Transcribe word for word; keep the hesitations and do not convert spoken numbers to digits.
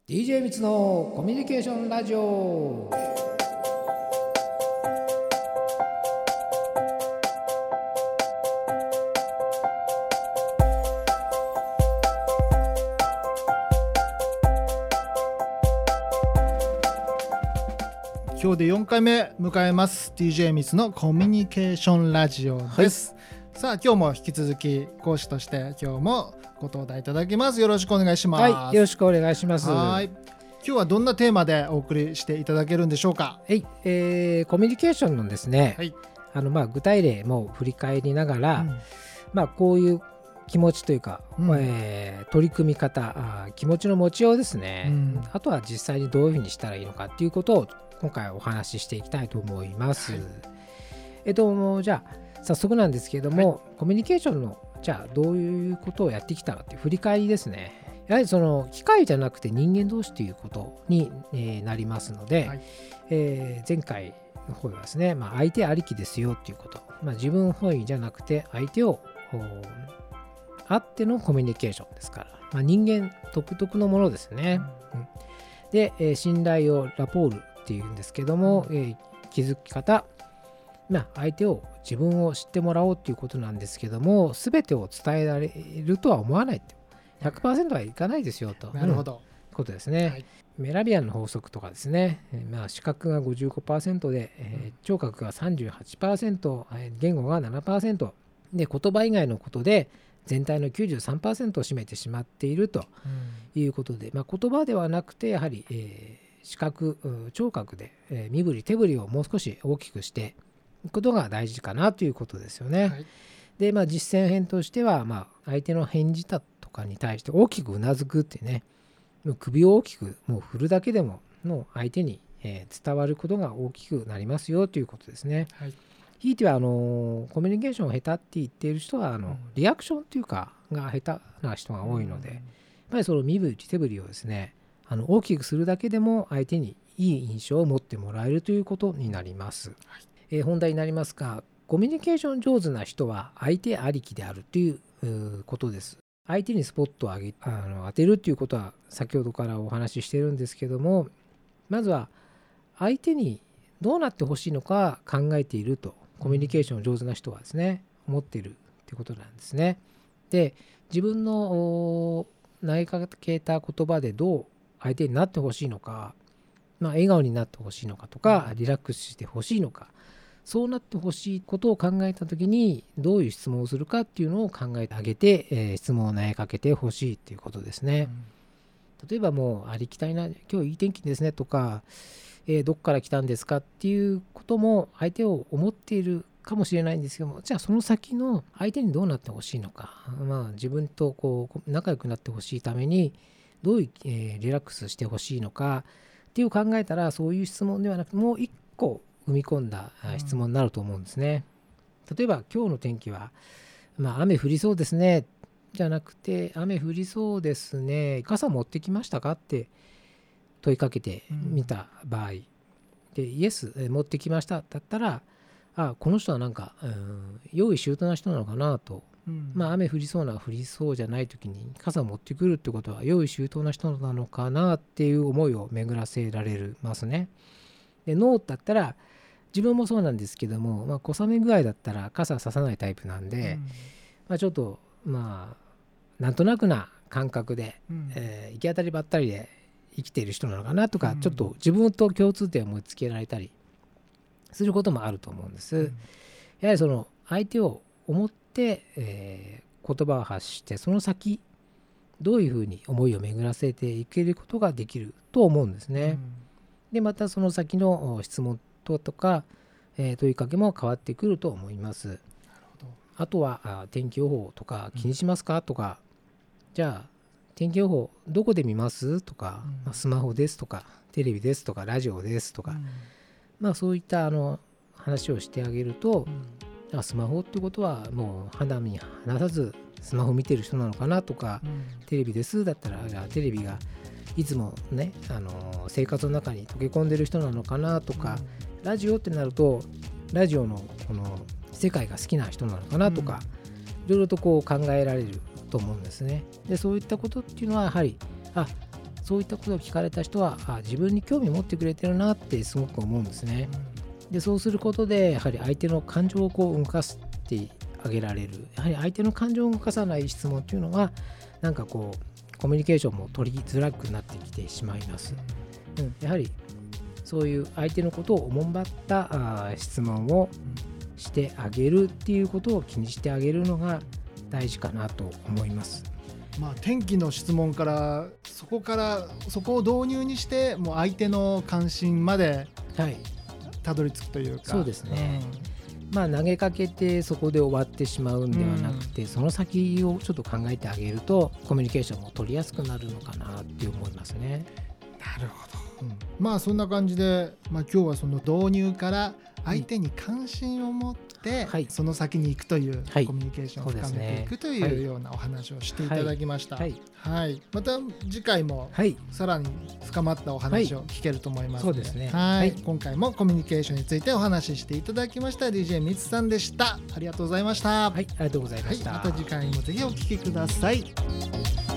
ディージェー みつのコミュニケーションラジオ。 今日でよんかいめ迎えます ディージェー みつのコミュニケーションラジオです、はい、さあ今日も引き続き講師として今日もご登壇いただきます。よろしくお願いします。 はい、よろしくお願いします。 はい、今日はどんなテーマでお送りしていただけるんでしょうか。 はい、えー、コミュニケーションのですね、はい、あのまあ具体例も振り返りながら、うん、まあこういう気持ちというか、うんえー、取り組み方あ気持ちの持ちようですね、うん、あとは実際にどういうふうにしたらいいのかっていうことを今回お話ししていきたいと思います、はい、えっとじゃあ早速なんですけれども、はい、コミュニケーションのじゃあどういうことをやってきたかっていう振り返りですね。やはりその機械じゃなくて人間同士ということに、えー、なりますので、はいえー、前回の方ではですね、まあ、相手ありきですよっていうこと、まあ、自分本位じゃなくて相手をあってのコミュニケーションですから、まあ、人間独特のものですね、うん、で、えー、信頼をラポールっていうんですけども、えー、気づき方、まあ、相手を自分を知ってもらおうということなんですけども、全てを伝えられるとは思わない、 ひゃくパーセント はいかないですよと、 なるほど、 うん、ことですね、はい、メラビアンの法則とかですね、まあ、視覚が ごじゅうごパーセント で、えー、聴覚が さんじゅうはちパーセント、言語が ななパーセント で、言葉以外のことで全体の きゅうじゅうさんパーセント を占めてしまっているということで、まあ、言葉ではなくてやはり、えー、視覚聴覚で、えー、身振り手振りをもう少し大きくしていくことが大事かなということですよね、はい、で、まあ、実践編としては、まあ、相手の返事だとかに対して大きくうなずくってね、もう首を大きくもう振るだけでもの相手に、えー、伝わることが大きくなりますよということですね、はい、ひいてはあのコミュニケーションを下手って言っている人はあの、うん、リアクションというかが下手な人が多いので、うん、やっぱりその身振り手振りをですね、あの大きくするだけでも相手にいい印象を持ってもらえるということになります、はい、えー、本題になりますが、コミュニケーション上手な人は相手ありきであるということです。相手にスポットをあげあの当てるということは先ほどからお話ししてるんですけども、まずは相手にどうなってほしいのか考えていると、コミュニケーション上手な人はですね思っているということなんですね。で、自分の投げかけた言葉でどう相手になってほしいのか、まあ、笑顔になってほしいのかとか、リラックスしてほしいのか、そうなってほしいことを考えたときにどういう質問をするかっていうのを考えてあげて、えー、質問を投げかけてほしいっていうことですね、うん、例えばもうありきたりな今日いい天気ですねとか、えー、どっから来たんですかっていうことも相手を思っているかもしれないんですけども、じゃあその先の相手にどうなってほしいのか、まあ、自分とこう仲良くなってほしいためにどういう、えー、リラックスしてほしいのかっていう考えたら、そういう質問ではなくてもう一個踏み込んだ質問になると思うんですね、うん、例えば今日の天気は、まあ、雨降りそうですねじゃなくて、雨降りそうですね、傘持ってきましたかって問いかけてみた場合、うん、でイエス持ってきましただったら、あこの人はなんか、うん、用意周到な人なのかなと、うん、まあ雨降りそうな降りそうじゃない時に傘を持ってくるってことは用意周到な人なのかなっていう思いを巡らせられますね。でノーだったら、自分もそうなんですけども、まあ、小雨具合だったら傘ささないタイプなんで、うんまあ、ちょっとまあなんとなくな感覚で、うんえー、行き当たりばったりで生きている人なのかなとか、うん、ちょっと自分と共通点を持ちつけられたりすることもあると思うんです、うん、やはりその相手を思って、えー、言葉を発して、その先どういうふうに思いを巡らせていけることができると思うんですね、うん、でまたその先の質問とか、えー、問いかけも変わってくると思います。なるほど。あとはあ天気予報とか気にしますか、うん、とか、じゃあ天気予報どこで見ますとか、うんまあ、スマホですとかテレビですとかラジオですとか、うん、まあそういったあの話をしてあげると、うん、あスマホってことはもう肌身離さずスマホ見てる人なのかなとか、うん、テレビですだったら、じゃあテレビがいつもね、あのー、生活の中に溶け込んでる人なのかなとか、うん、ラジオってなるとラジオのこの世界が好きな人なのかなとか、いろいろとこう考えられると思うんですね。でそういったことっていうのはやはりあそういったことを聞かれた人はあ自分に興味を持ってくれてるなってすごく思うんですね。でそうすることでやはり相手の感情をこう動かしてあげられる。やはり相手の感情を動かさない質問っていうのはなんかこうコミュニケーションも取りづらくなってきてしまいます。うん、やはりそういう相手のことをおもんばったあ質問をしてあげるっていうことを気にしてあげるのが大事かなと思います。 まあ、天気の質問からそこからそこを導入にしてもう相手の関心までたどり着くというか、 はい、そうですね、うん、まあ投げかけてそこで終わってしまうんではなくて、うん、その先をちょっと考えてあげるとコミュニケーションも取りやすくなるのかなって思いますね。 なるほど、うん、まあそんな感じで、まあ、今日はその導入から相手に関心を持って、はい、その先に行くという、はい、コミュニケーションを深めていくというようなお話をしていただきました。はいはいはい、また次回もさらに深まったお話を聞けると思いますので、はい、そうですね、はい、今回もコミュニケーションについてお話ししていただきました ディージェー みつさんでした。ありがとうございました。 はい、ありがとうございました。 はい、また次回もぜひお聞きください。